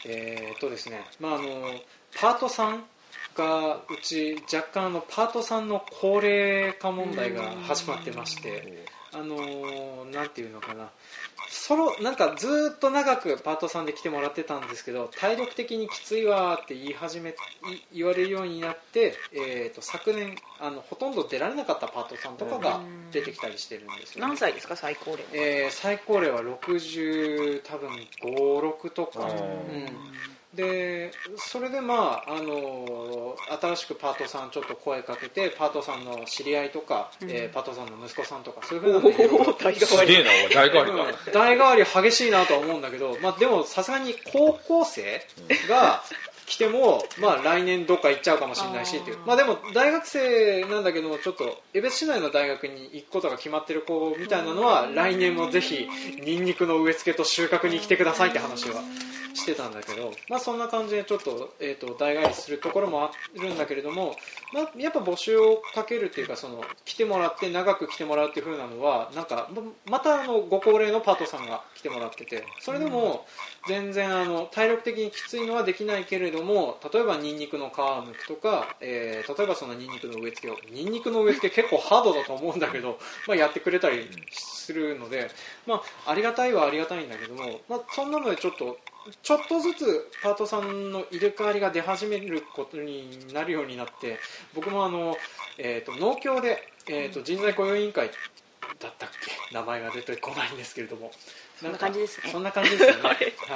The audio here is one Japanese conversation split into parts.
ですね、パートさんがうち若干パートさんの高齢化問題が始まってまして、なんていうのかな、なんかずっと長くパートさんで来てもらってたんですけど、体力的にきついわって言われるようになって、昨年ほとんど出られなかったパートさんとかが出てきたりしてるんですよ、ね。 何歳ですか最高齢？ 最高齢は60多分5、6とか、でそれで新しくパートさんちょっと声かけて、パートさんの知り合いとか、パートさんの息子さんとかそういうふうなのすげえな、代替わりだ、 代替わり激しいなとは思うんだけど、でもさすがに高校生が来ても、来年どっか行っちゃうかもしれないしっていう、でも大学生なんだけども、ちょっと江別市内の大学に行くことが決まってる子みたいなのは、来年もぜひニンニクの植え付けと収穫に来てくださいって話はしてたんだけど、そんな感じでちょっと、代替わりするところもあるんだけれども、やっぱ募集をかけるっていうか、来てもらって長く来てもらうっていう風なのは、なんかまたご高齢のパートさんが来てもらってて、それでも全然体力的にきついのはできないけれども、例えばニンニクの皮を剥くとか、例えばそのニンニクの植え付けを、ニンニクの植え付け結構ハードだと思うんだけど、やってくれたりするので、ありがたいはありがたいんだけども、そんなのでちょっとずつパートさんの入れ替わりが出始めることになるようになって、僕も農協で、人材雇用委員会だったっけ、名前が出てこないんですけれども、 そんな感じですね。 そんな感じですよね。はい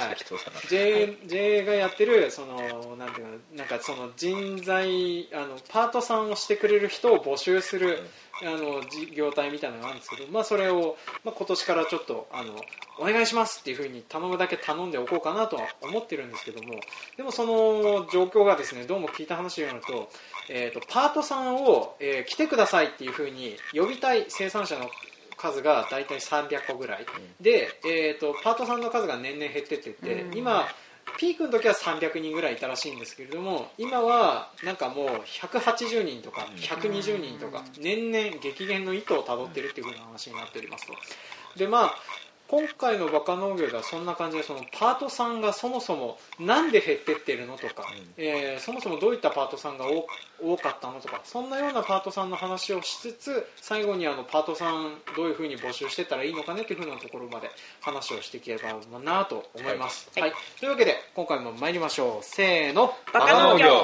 。JA がやってるなんていうの、なんか人材パートさんをしてくれる人を募集する事業体みたいなのがあるんですけど、それを、今年からちょっとお願いしますっていう風に頼むだけ頼んでおこうかなとは思ってるんですけども、でもその状況がですね、どうも聞いた話によると、パートさんを、来てくださいっていう風に呼びたい生産者の数がだいたい300個ぐらいで、パートさんの数が年々減ってってて、今ピークの時は300人ぐらいいたらしいんですけれども、今はなんかもう180人とか120人とか年々激減の糸をたどっているっていう風な話になっておりますと。で今回のバカ農業ではそんな感じで、パートさんがそもそもなんで減ってってるのとか、そもそもどういったパートさんが多かったのとか、そんなようなパートさんの話をしつつ、最後にパートさんどういうふうに募集してったらいいのかねというふうなところまで話をしていければなと思います、はい。というわけで今回も参りましょう。せーの、 バカ農業。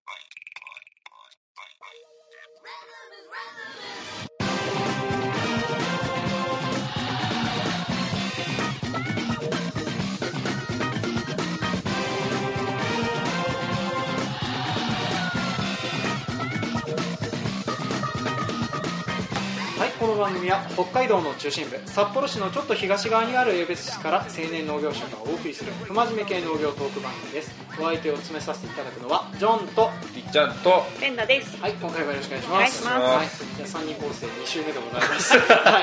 この番組は北海道の中心部札幌市のちょっと東側にある江別市から青年農業者がお送りする不真面目系農業トーク番組です。お相手を務めさせていただくのはジョンとりっちゃんとペンダです。 はい、今回もよろしくお願いします。 お願いします。 じゃあ3人構成2週目でございますはい、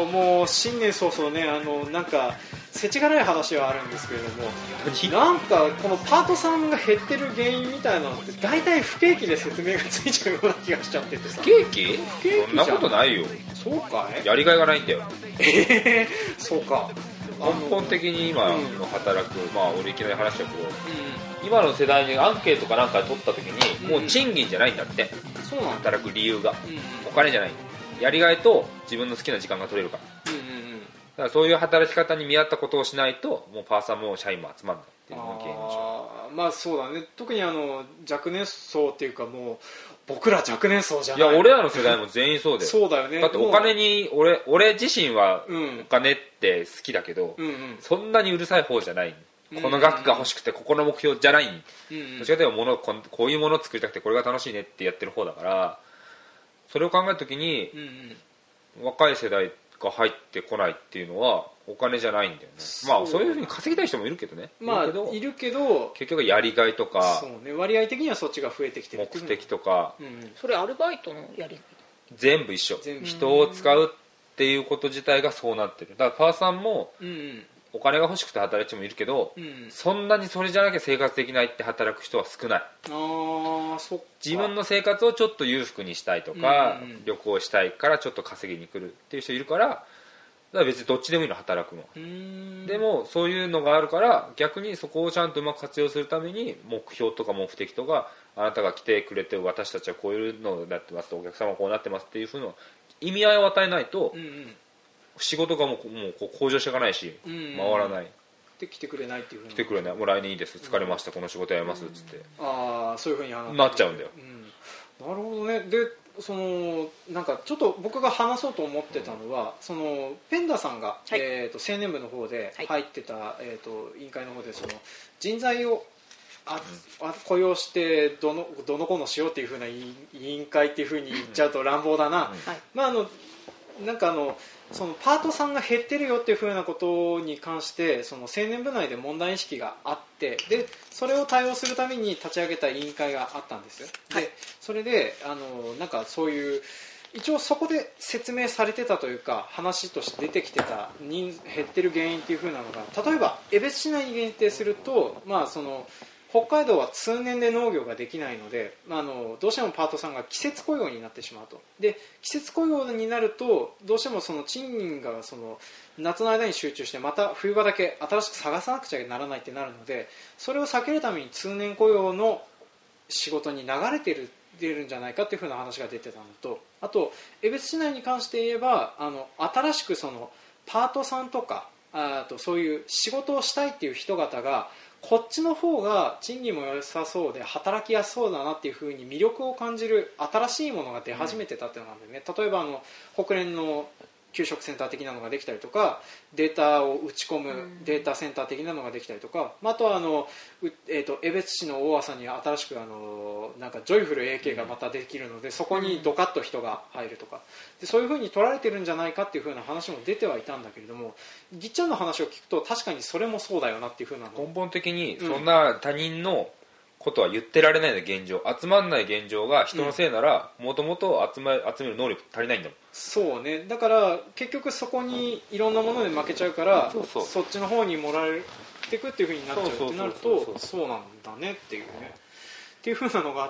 もう新年早々ね、なんか世知辛い話はあるんですけれども、なんかこのパートさんが減ってる原因みたいなのって大体不景気で説明がついちゃうような気がしちゃっててさ。 不景気？そんなことないよ。 そうかい？ やりがいがないんだよ。 そうか。 根本的に今の働く、俺いきなり話だけど、今の世代にアンケートかなんか取った時に、もう賃金じゃないんだって。 そうなんだ。 働く理由が、お金じゃない。やりがいと自分の好きな時間が取れるから。だからそういう働き方に見合ったことをしないと、もうパーサーも社員も集まるんだっていうのが原因でしょ。 そうだね。特に若年層っていうか、もう僕ら若年層じゃない。 いや、俺らの世代も全員そうだよ。 そうだよね。 だってお金に俺自身はお金って好きだけど、そんなにうるさい方じゃない。この額が欲しくてここの目標じゃない。どちらかというとこういうものを作りたくてこれが楽しいねってやってる方だから、それを考えた時に、若い世代が入ってこないっていうのはお金じゃないんだよね。そういうふうに稼ぎたい人もいるけどね。 いるけど結局やりがいとか、 そうね、割合的にはそっちが増えてきてる。 目的とか、 それアルバイトのやり全部一緒。人を使うっていうこと自体がそうなってる。だからパーさんも、お金が欲しくて働いてもいるけど、そんなにそれじゃなきゃ生活できないって働く人は少ない。 そっか。 自分の生活をちょっと裕福にしたいとか、旅行したいからちょっと稼ぎに来るっていう人いるから、 から別にどっちでもいいの、働くのは。でもそういうのがあるから逆にそこをちゃんとうまく活用するために目標とか目的とか、あなたが来てくれて私たちはこういうのになってますと、お客様はこうなってますっていう風の意味合いを与えないと、仕事がもうこう向上していかないし、回らない。 で来てくれないっていう風に来てくれない、もう来年いいです、疲れました、この仕事やりますっつって、 そういう風になっちゃうんだよ。 なるほどね。でそのなんかちょっと僕が話そうと思ってたのは、そのペンダさんが、青年部の方で入ってた、委員会の方でその人材を雇用してどのこのしようっていう風な委員会っていう風に言っちゃうと乱暴だな、なんかそのパートさんが減ってるよっていう風なことに関してその青年部内で問題意識があって、でそれを対応するために立ち上げた委員会があったんですよ。でそれでなんかそういう一応そこで説明されてたというか話として出てきてた減ってる原因っていう風なのが、例えば江別市内に限定すると、その北海道は通年で農業ができないので、どうしてもパートさんが季節雇用になってしまうと。で季節雇用になるとどうしてもその賃金がその夏の間に集中してまた冬場だけ新しく探さなくちゃならないってなるので、それを避けるために通年雇用の仕事に流れてるんじゃないかっていう風な話が出てたのと、あと江別市内に関して言えば新しくそのパートさんとかとそういう仕事をしたいっていう人方がこっちの方が賃金も良さそうで働きやすそうだなっていう風に魅力を感じる新しいものが出始めてたっていうのがあるんでね、例えば国連の給食センター的なのができたりとか、データを打ち込むデータセンター的なのができたりとか、あとは江別市の大朝に新しくなんかジョイフル AK がまたできるので、そこにドカッと人が入るとかで、そういう風に取られてるんじゃないかっていう風な話も出てはいたんだけれども、ぎっちゃんの話を聞くと確かにそれもそうだよなっていう風なの。 根本的にそんな他人のことは言ってられないの現状、集まんない現状が人のせいなら、もともと集める能力足りないんだもん。 そうね、だから結局そこにいろんなもので負けちゃうから、そっちの方にもらっていくっていう風になっちゃうってなると、そうなんだねっていうねっていう風なのがあって、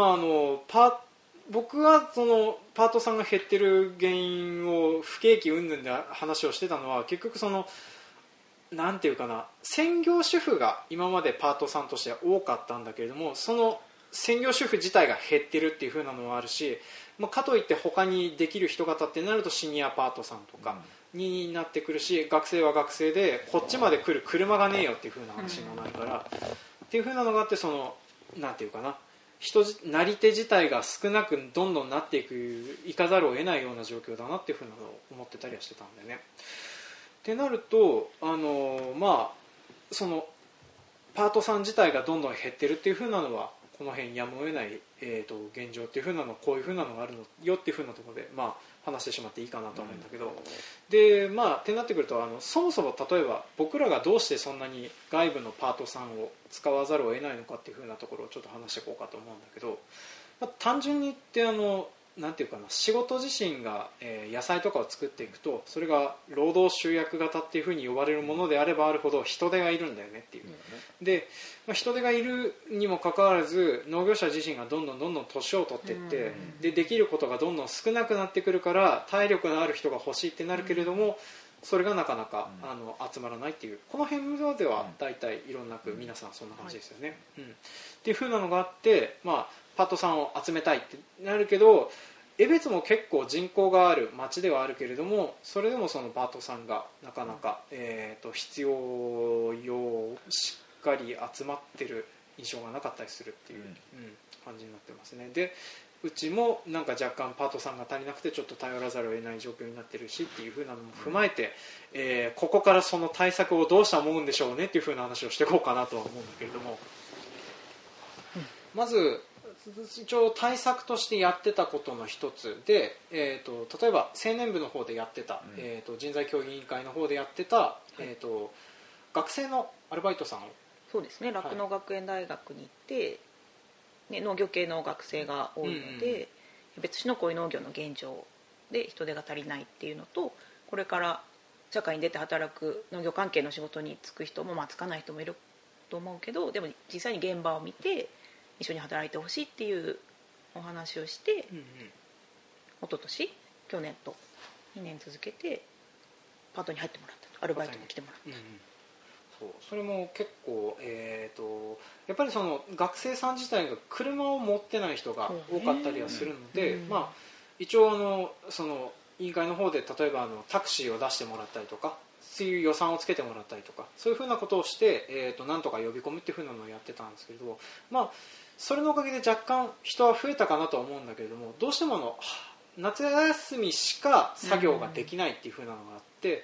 僕はそのパートさんが減ってる原因を不景気云々で話をしてたのは、結局そのなんていうかな、専業主婦が今までパートさんとしては多かったんだけれども、その専業主婦自体が減ってるっていう風なのもあるし、かといって他にできる人方ってなるとシニアパートさんとかになってくるし、学生は学生でこっちまで来る車がねえよっていう風な話になるからっていう風なのがあって、そのなんていうかな、なり手自体が少なくどんどんなっていかざるを得ないような状況だなっていう風なのを思ってたりはしてたんだよね。ってなるとそのパートさん自体がどんどん減ってるっていう風なのはこの辺やむを得ない、現状っていう風なの、こういう風なのがあるのよっていう風なところで、話してしまっていいかなと思うんだけど、でってなってくるとそもそも例えば僕らがどうしてそんなに外部のパートさんを使わざるを得ないのかっていう風なところをちょっと話していこうかと思うんだけど、単純に言ってなんていうかな、仕事自身が、野菜とかを作っていくと、それが労働集約型っていう風に呼ばれるものであればあるほど人手がいるんだよねっていう、で、人手がいるにもかかわらず農業者自身がどんどん年を取っていって、できることがどんどん少なくなってくるから体力のある人が欲しいってなるけれども、それがなかなか集まらないっていう、この辺では大体いろんなく皆さんそんな感じですよね、っていう風なのがあって、パートさんを集めたいってなるけど、江別も結構人口がある町ではあるけれども、それでもそのパートさんがなかなか、必要しっかり集まってる印象がなかったりするっていう、感じになってますね。でうちもなんか若干パートさんが足りなくてちょっと頼らざるを得ない状況になってるしっていう風なのも踏まえて、ここからその対策をどうしたもんでしょうねっていう風な話をしていこうかなとは思うんだけれども、まず一応対策としてやってたことの一つで、例えば青年部の方でやってた、人材協議委員会の方でやってた、学生のアルバイトさんを、 そうですね、酪農学園大学に行って、農業系の学生が多いので、別市のこういう農業の現状で人手が足りないっていうのと、これから社会に出て働く農業関係の仕事に就く人も、就かない人もいると思うけど、でも実際に現場を見て一緒に働いてほしいっていうお話をして、一昨年去年と2年続けてパートに入ってもらったと、アルバイトに来てもらった、 そうそれも結構、やっぱりその学生さん自体が車を持ってない人が多かったりはするので、まあ、一応その委員会の方で例えばタクシーを出してもらったりとか、そういう予算をつけてもらったりとか、そういうふうなことをして、なんとか呼び込むっていうふうなのをやってたんですけれど、まあ、それのおかげで若干人は増えたかなとは思うんだけれども、どうしても夏休みしか作業ができないっていうふうなのがあって、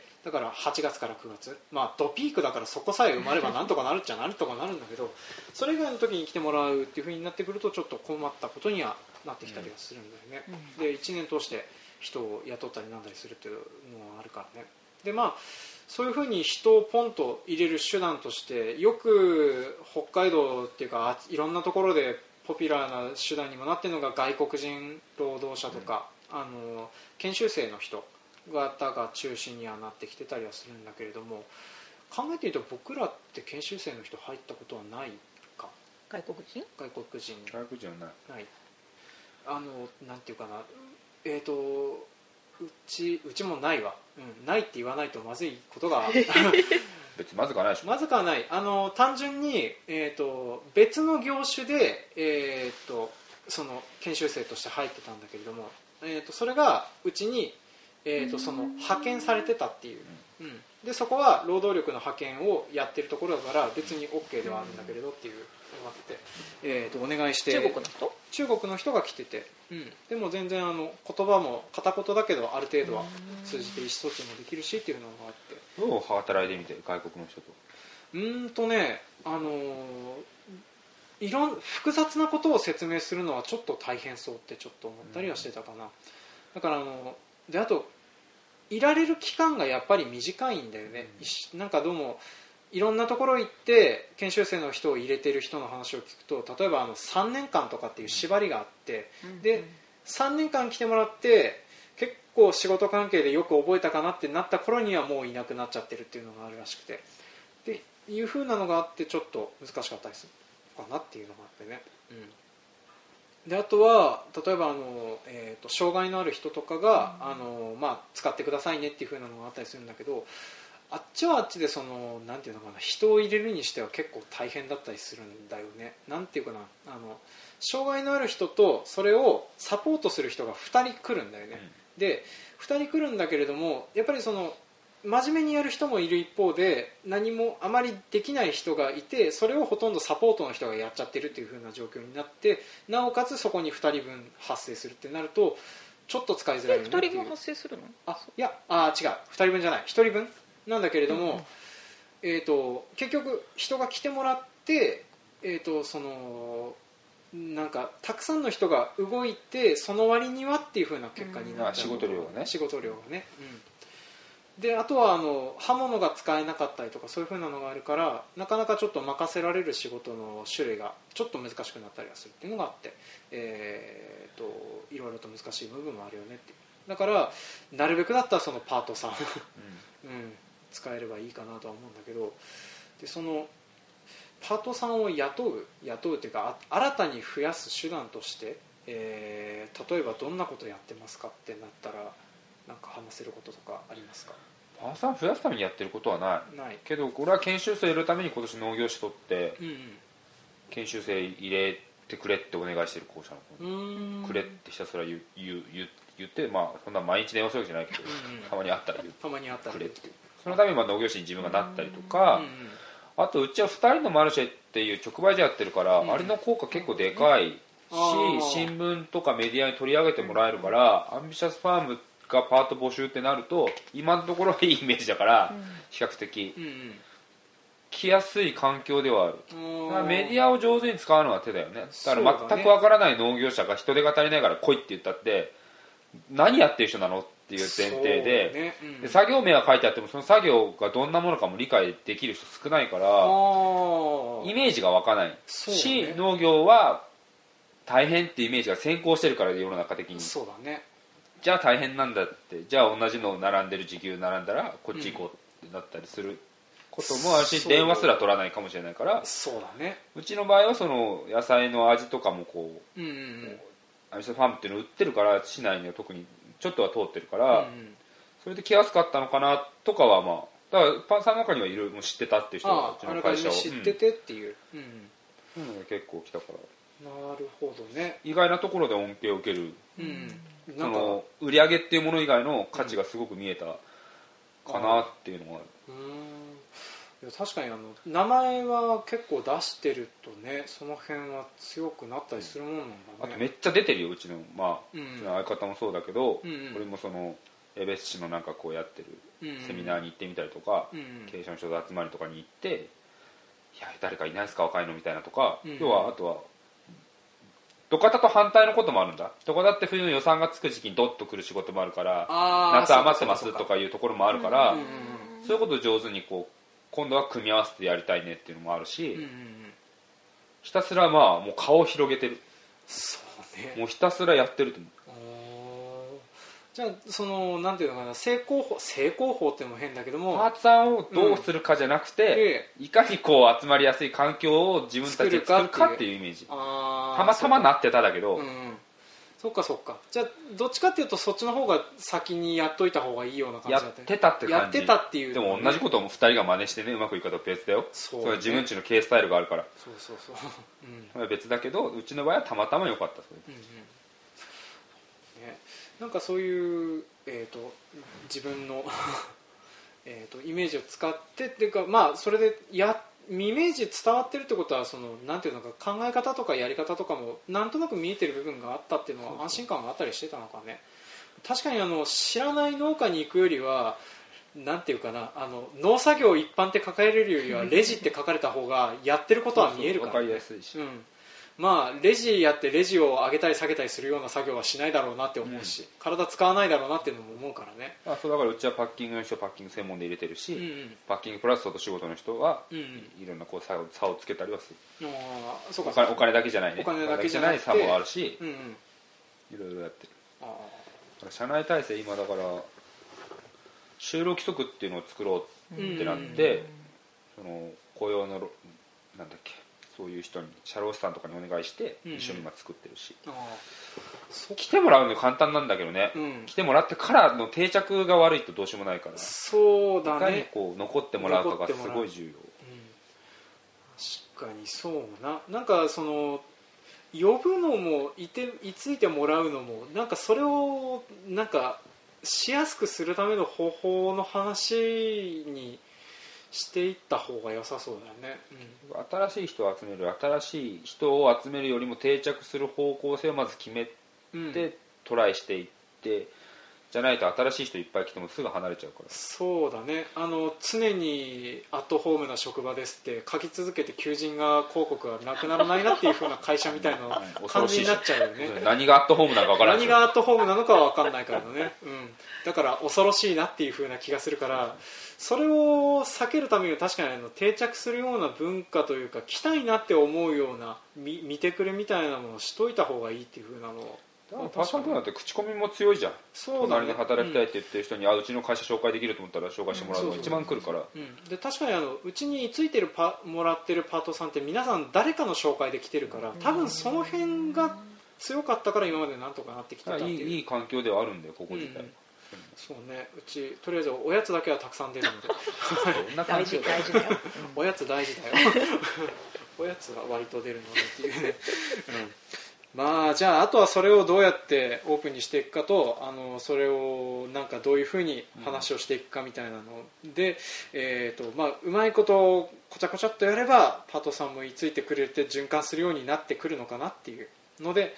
だから8月から9月、まあドピークだからそこさえ埋まればなんとかなるっちゃなんとかなるんだけど、それ以外の時に来てもらうっていうふうになってくるとちょっと困ったことにはなってきたりはするんだよね、で1年通して人を雇ったりなんだりするっていうのはあるからね。でまあそういうふうに人をポンと入れる手段としてよく北海道っていうかいろんなところでポピュラーな手段にもなっているのが外国人労働者とか、研修生の人方が中心にはなってきてたりはするんだけれども、考えてみると僕らって研修生の人入ったことはないか。 外国人はない。なんていうかな、うちもないわ、ないって言わないとまずいことが別にまずくはないでしょ。 まずくはない。単純に、別の業種で、その研修生として入ってたんだけれども、それがうちに、その派遣されてたっていう、でそこは労働力の派遣をやってるところだから別に OK ではあるんだけれどっていうのがあって、お願いして中国の人が来てて、でも全然言葉も片言だけどある程度は通じて意思疎通もできるしっていうのがあって。 どう働いてみて外国の人と。 複雑なことを説明するのはちょっと大変そうってちょっと思ったりはしてたかな、だからであといられる期間がやっぱり短いんだよね、なんかどうもいろんなところ行って研修生の人を入れてる人の話を聞くと、例えば3年間とかっていう縛りがあって、で3年間来てもらって結構仕事関係でよく覚えたかなってなった頃にはもういなくなっちゃってるっていうのがあるらしくて、っていう風なのがあってちょっと難しかったりするかなっていうのがあってね、であとは例えば障害のある人とかが、使ってくださいねっていう風なのがあったりするんだけど、あっちはあっちでなんていうのかな、人を入れるにしては結構大変だったりするんだよね。なんていうかな、障害のある人とそれをサポートする人が2人来るんだよね、で2人来るんだけれども、やっぱり真面目にやる人もいる一方で何もあまりできない人がいて、それをほとんどサポートの人がやっちゃってるっていう風な状況になって、なおかつそこに2人分発生するってなるとちょっと使いづらいよねっていう。 2人分発生するの？ 違う、2人分じゃない、1人分なんだけれども、結局人が来てもらって、なんかたくさんの人が動いてその割にはっていう風な結果になっちゃう、 仕事量がね、であとは刃物が使えなかったりとかそういう風なのがあるから、なかなかちょっと任せられる仕事の種類がちょっと難しくなったりはするっていうのがあって、いろいろと難しい部分もあるよねっていう。だからなるべくだったらそのパートさん、使えればいいかなとは思うんだけど、でそのパートさんを雇うっていうか新たに増やす手段として、例えばどんなことやってますかってなったらなんか話せることとかありますか？ パートさん増やすためにやってることはないけど、これは研修生入れるために今年農業士取って、研修生入れてくれってお願いしてる校舎の子にくれってひたすら言って、そんな毎日電話するわけじゃないけど、たまにあったら言ってくれっていう、そのために農業士に自分がなったりとか、あとうちは2人のマルシェっていう直売所やってるから、あれの効果結構でかいし、新聞とかメディアに取り上げてもらえるから、アンビシャスファームがパート募集ってなると今のところいいイメージだから、比較的来やすい環境ではある。だからメディアを上手に使うのは手だよね。だから全くわからない農業者が人手が足りないから来いって言ったって何やってる人なのっていう前提で、で作業名は書いてあってもその作業がどんなものかも理解できる人少ないから、イメージが湧かないし、農業は大変ってイメージが先行してるから、世の中的に。 そうだね。 じゃあ大変なんだって、じゃあ同じの並んでる時給並んだらこっち行こうってなったりすることもあるし、電話すら取らないかもしれないから。 そうだね。 うちの場合はその野菜の味とかもこう、アミスファームっていうのを売ってるから、市内には特にちょっとは通ってるから、 それで来やすかったのかなとかはまあだからパンさんの中にはいるもう知ってたっていう人がうちの会社を知っててっていう、 そういうのが結構来たからなるほどね。 意外なところで恩恵を受ける、その売り上げっていうもの以外の価値がすごく見えたかなっていうのがある。 いや確かに名前は結構出してるとねその辺は強くなったりするものなんだね。 あとめっちゃ出てるようちの、まあうちの相方もそうだけど、俺もその江別市のなんかこうやってるセミナーに行ってみたりとか、経営者の人の集まりとかに行っていや誰かいないですか若いのみたいなとか、要はあとは土方と反対のこともあるんだ。土方って冬の予算がつく時期にドッと来る仕事もあるから夏余ってますとかいうところもあるから、そういうことを上手にこう今度は組み合わせてやりたいねっていうのもあるし、ひたすらまあもう顔を広げてる。 そうね。 もうひたすらやってると思う。 じゃあそのなんていうのかな成功法っていうのも変だけどもパーツさんをどうするかじゃなくて、いかにこう集まりやすい環境を自分たちで作るかっていうイメージ。たまたまなってただけど、 そっかそっか。じゃあどっちかっていうとそっちの方が先にやっといた方がいいような感じだった、 やってたって感じ。 やってたっていう、 でも同じことを2人が真似してねうまくいくかと別だよ。それは自分ちの経営スタイルがあるから。 そう、 それは別だけどうちの場合はたまたま良かった。それなんかそういう、自分のイメージを使ってっていうか、まあそれでイメージ伝わってるってことはそのなんていうのか考え方とかやり方とかもなんとなく見えてる部分があったっていうのは安心感があったりしてたのかね。確かに知らない農家に行くよりはなんていうかな農作業一般って書かれるよりはレジって書かれた方がやってることは見えるから、ね、 分かりやすいし、 まあレジやってレジを上げたり下げたりするような作業はしないだろうなって思うし、体使わないだろうなっていうのも思うからね。 そうだからうちはパッキングの人はパッキング専門で入れてるし、パッキングプラス外仕事の人は、いろんなこう差をつけたりはする。 そうかお金だけじゃないね。 お金だけじゃない差もあるし、いろいろやってる。社内体制今だから就労規則っていうのを作ろうってなって、その雇用のなんだっけそういう人に社労士さんとかにお願いして一緒に今作ってるし、来てもらうの簡単なんだけどね、来てもらってからの定着が悪いとどうしようもないから、 そうだね、 いかにこう残ってもらうかがすごい重要。 確かにそうなんかその呼ぶのもいついてもらうのもなんかそれをなんかしやすくするための方法の話にしていった方が良さそうだよね、 新しい人を集める新しい人を集めるよりも定着する方向性をまず決めて、トライしていってじゃないと新しい人いっぱい来てもすぐ離れちゃうから。 そうだね常にアットホームな職場ですって書き続けて求人が広告がなくならないなっていう風な会社みたいな感じになっちゃうよね何がアットホームなのか分からない、 何がアットホームなのかは分かんないからね、だから恐ろしいなっていう風な気がするからそれを避けるためには確かに定着するような文化というか来たいなって思うような見てくれみたいなものをしといた方がいいっていう風なのをパーソナルプランって口コミも強いじゃん。 そうだね、 隣で働きたいって言ってる人に、うちの会社紹介できると思ったら紹介してもらうのが一番来るから。 で確かにうちについてもらってるパートさんって皆さん誰かの紹介で来てるから多分その辺が強かったから今までなんとかなってきてたっていういい環境ではあるんだよここ自体、 そうね、うちとりあえずおやつだけはたくさん出るので大事だよおやつ大事だよおやつが割と出るのでっていうね、まあじゃああとはそれをどうやってオープンにしていくかとそれをなんかどういうふうに話をしていくかみたいなので、まあ、うまいことこちゃこちゃっとやればパートさんも居ついてくれて循環するようになってくるのかなっていうので、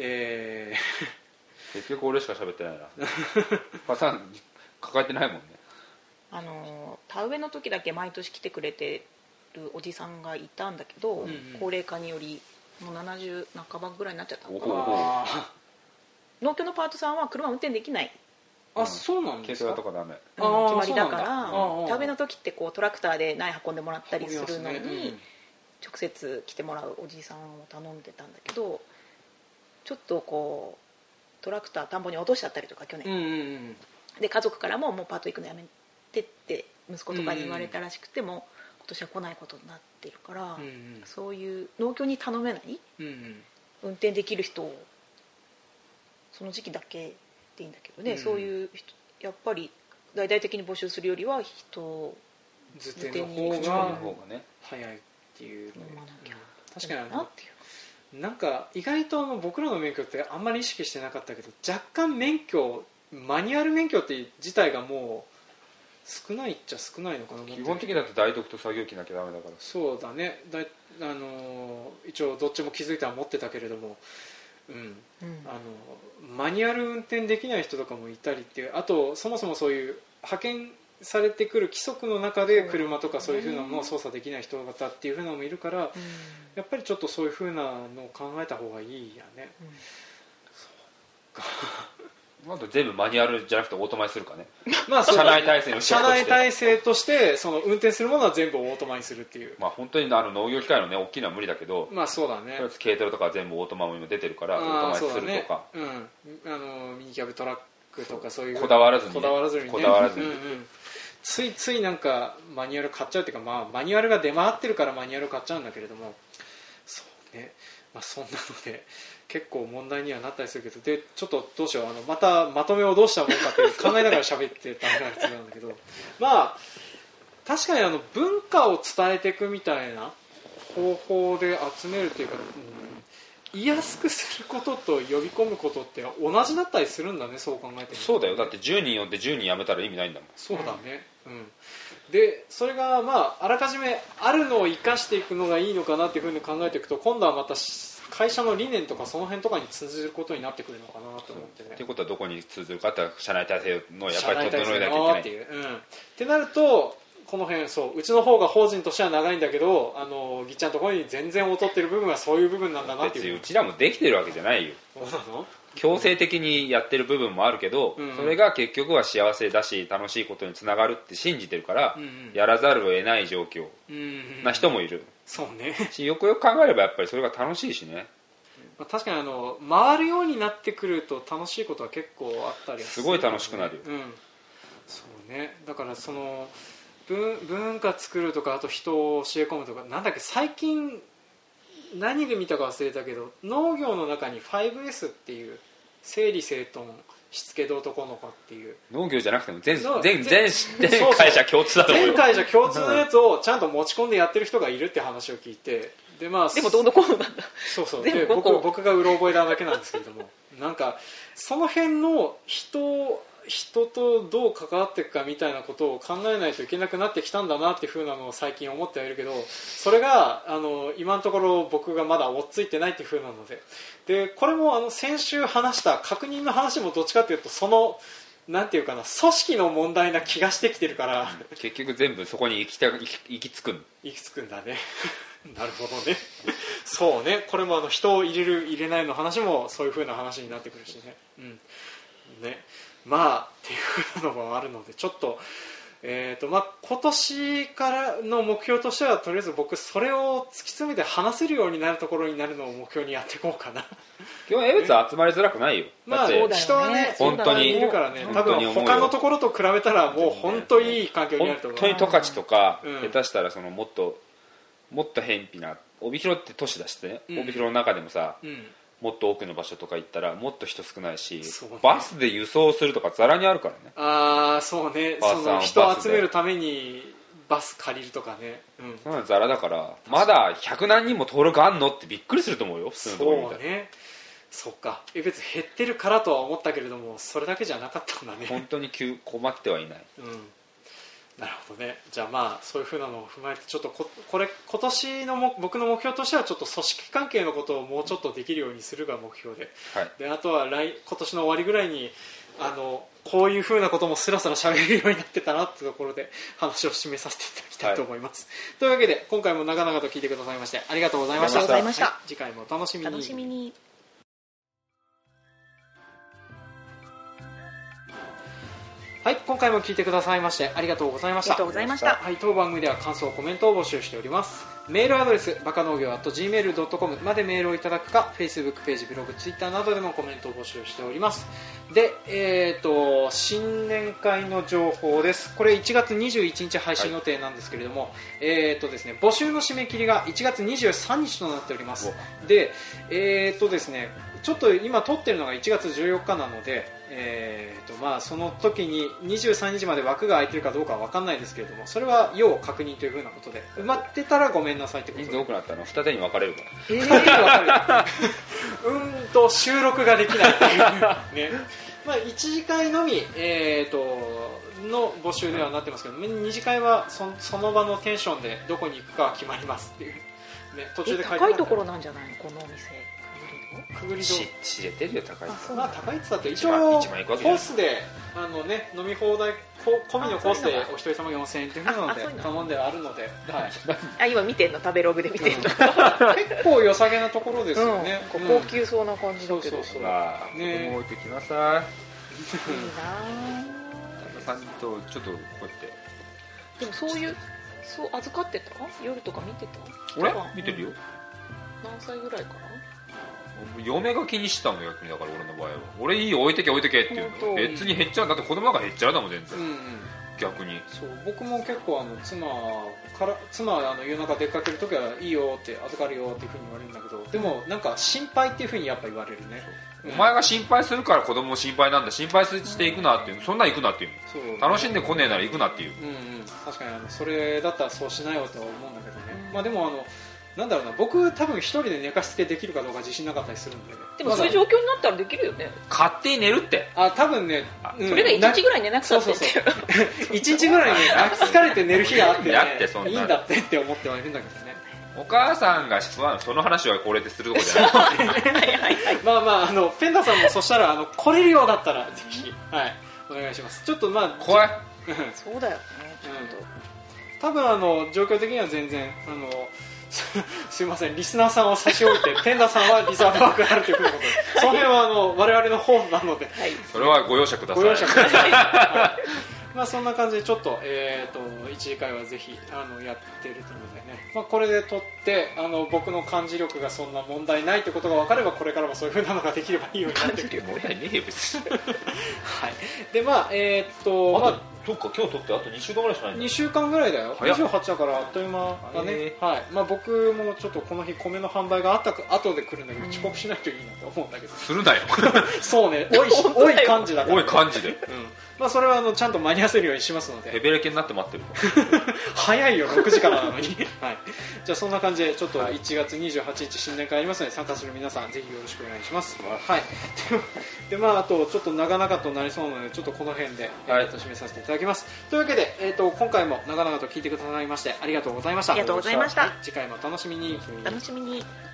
結局俺しか喋ってないなパさん抱えてないもんね。 田植えの時だけ毎年来てくれてるおじさんがいたんだけど、高齢化によりもう70半ばぐらいになっちゃったのかな。農協のパートさんは車運転できない。 そうなんですか。 軽トラとかダメ、 決まりだから田植えの時ってこうトラクターで苗運んでもらったりするのに、直接来てもらうおじさんを頼んでたんだけど、ちょっとこうトラクター田んぼに落としちゃったりとか去年、で家族からももうパート行くのやめてって息子とかに言われたらしくても、今年は来ないことになってるから、そういう農協に頼めない、運転できる人をその時期だけでいいんだけどね、そういう人やっぱり大々的に募集するよりは人図手の方が早いっていうの、確かになんか意外と僕らの免許ってあんまり意識してなかったけど、若干マニュアル免許って自体がもう少ないっちゃ少ないのかな。 基本的にだって台所と作業機なきゃダメだから。 そうだね、一応どっちも気づいては持ってたけれども、マニュアル運転できない人とかもいたりっていう、あとそもそもそういう派遣されてくる規則の中で車とかそういう風なのを操作できない人方っていう風なのもいるから、やっぱりちょっとそういう風なのを考えた方がいいやね。そうか。 あと全部マニュアルじゃなくてオートマにするかね。 まあ、 車内体制の車内体制としてその運転するものは全部オートマにするっていう。 まあ本当に農業機械のね大きいのは無理だけど、 まあそうだね。 軽トラとかは全部オートマも今出てるからオートマにするとか、 ミニキャブトラックとかそういうこだわらずに、 ついついなんかマニュアル買っちゃうっていうか、まあマニュアルが出回ってるからマニュアル買っちゃうんだけれども、そうね、まあそんなので結構問題にはなったりするけど、でちょっとどうしよう、またまとめをどうしたもんかって考えながら喋ってたやつなんだけど、まあ確かに文化を伝えていくみたいな方法で集めるっていうか、言いやすくすることと呼び込むことって同じだったりするんだね、そう考えてみると。 そうだよ、だって10人呼んで10人辞めたら意味ないんだもん。 そうだね、でそれがまああらかじめあるのを生かしていくのがいいのかなっていうふうに考えていくと、今度はまた会社の理念とかその辺とかに通じることになってくるのかなと思ってね。 っていうことはどこに通ずるかって社内体制のやっぱり整えなきゃいけないってなると、この辺うちの方が法人としては長いんだけど、ぎっちゃんのところに全然劣ってる部分はそういう部分なんだなっていう。 別にうちらもできてるわけじゃないよ。 そうなの？ 強制的にやってる部分もあるけど、それが結局は幸せだし楽しいことにつながるって信じてるから、やらざるを得ない状況な人もいる。 そうね。 よくよく考えればやっぱりそれが楽しいしね。 確かに回るようになってくると楽しいことは結構あったりすごい楽しくなるよ。 そうね。だから文化作るとか、あと人を教え込むとか、なんだっけ最近何で見たか忘れたけど、農業の中に 5S っていう整理整頓しつけど男の子っていう、 農業じゃなくても全会社共通だと思うよ。 全会社共通のやつをちゃんと持ち込んでやってる人がいるって話を聞いて、でまあでもどうのこうのなんだ。 そうで僕がうろ覚えなだけなんですけれども、なんかその辺の人とどう関わっていくかみたいなことを考えないといけなくなってきたんだなっていう風なのを最近思ってはいるけど、それが今のところ僕がまだ追っついてないっていう風なので、これも先週話した確認の話もどっちかというとなんていうかな、組織の問題な気がしてきてるから、 結局全部そこに行き着くんだね。なるほどね。そうね、これも人を入れる入れないの話もそういう風な話になってくるしね。ね、まあっていう風なのもあるので、ちょっと今年からの目標としては、とりあえず僕それを突き詰めて話せるようになるところになるのを目標にやっていこうかな。 基本江別は集まりづらくないよ。 まあ人はね本当にいるからね、多分他のところと比べたらもう本当にいい環境になると思う。 本当に十勝とか、下手したらもっと偏僻な帯広って都市だしね、帯広の中でもさ、もっと多くの場所とか行ったらもっと人少ないし、バスで輸送するとかざらにあるからね。 ああそうね、人を集めるためにバス借りるとかね、 そんなのざらだから、まだ100何人も登録あんのってびっくりすると思うよ、普通のところ見たら。 そうね、そっか、別に減ってるからとは思ったけれども、それだけじゃなかったんだね。 本当に困ってはいない。 なるほどね。じゃあまあそういう風なのを踏まえて、ちょっと今年の僕の目標としては、ちょっと組織関係のことをもうちょっとできるようにするが目標で、であとは今年の終わりぐらいにこういう風なこともスラスラ喋れるようになってたなってところで話を締めさせていただきたいと思います、というわけで今回も長々と聞いてくださいましてありがとうございました。次回もお楽しみに。はい、今回も聞いてくださいましてありがとうございました。はい、当番組では感想コメントを募集しております。メールアドレスバカ農業@gmail.com までメールをいただくか、 Facebook ページ、ブログ、Twitter などでもコメントを募集しております。で、新年会の情報です。これ1月21日配信予定なんですけれども、ですね、募集の締め切りが1月23日となっております。で、ですね、 ちょっと今撮ってるのが1月14日なので、まあその時に23日まで枠が空いてるかどうかは分かんないですけれども、それは要確認というふうなことで、埋まってたらごめんなさいってことで。 人数多くなったの二手に分かれるか分かる収録ができないっていうね。まあ1次会のみ、の募集ではなってますけど、2次会はその場のテンションでどこに行くかは決まりますっていう、ね、途中で書いて高いところなんじゃないのこのお店。 くぐり知れてるよ高い。 まあ高いって言ったって一応コースで飲み放題込みのコースでお一人様4000円っていうので頼んであるので、 はい、今見てんの、食べログで見てんの、 結構良さげなところですよね、 高級そうな感じだけど、 そうね、置いてきなさい。いいな。旦那さんとちょっとこうやって。 でもそう預かってた？夜とか見てた？ 俺見てるよ。 何歳ぐらいかな？ 嫁が気にしてたのよ、逆に。だから俺の場合は俺いいよ置いてけっていうの。別に減っちゃう。だって子供が減っちゃうだもん全然、逆に。 そう僕も結構妻夜中出かけるときはいいよって預かるよっていうふうに言われるんだけど、でもなんか心配っていうふうにやっぱ言われるね。 お前が心配するから子供も心配なんだ、心配していくなっていう、そんな行くなっていう、楽しんでこねえなら行くなっていう。 確かにそれだったらそうしなよとは思うんだけどね。まあでもなんだろうな、僕多分一人で寝かしつけできるかどうか自信なかったりするんでね。 でもそういう状況になったらできるよね。 勝手に寝るって。 多分ね、 それが1日ぐらい寝なくたって 1日ぐらいね疲れて寝る日があってね、いいんだって思ってはいるんだけどね。 お母さんがその話はこれでするとこじゃないまあまあペンダさんもそしたら来れるようだったらぜひ、はい、お願いします。ちょっとまあ怖いそうだよね、 多分状況的には全然すいません、リスナーさんを差し置いてペンダさんはリザーブ枠があるということで、その辺は我々の方なので、 それはご容赦ください。 まあそんな感じでちょっと1次会はぜひやってるというのでね、まあこれで撮って僕の漢字力がそんな問題ないということが分かれば、これからもそういう風なのができればいいようになってくる。 俺はねえよ別に。 はい。でまあそっか、今日撮ってあと2週間ぐらいしかないんだ。 2週間ぐらいだよ。28だからあっという間だね。はい。まあ僕もちょっとこの日米の販売があった後で来るんだけど、遅刻しないといいなと思うんだけど。 するなよ。 そうね。多い感じだから。 多い感じで。 まあそれはちゃんと間に合わせるようにしますので。 ヘベレケになって待ってる。 早いよ、6時からなのに。はい。じゃあそんな感じでちょっと1月28日新年会ありますので、参加する皆さんぜひよろしくお願いします。はい。でまああとちょっと長々となりそうなので、ちょっとこの辺で締めさせていただきます。というわけで今回も長々と聞いてくださいましてありがとうございました。 ありがとうございました。 次回もお楽しみに。 楽しみに。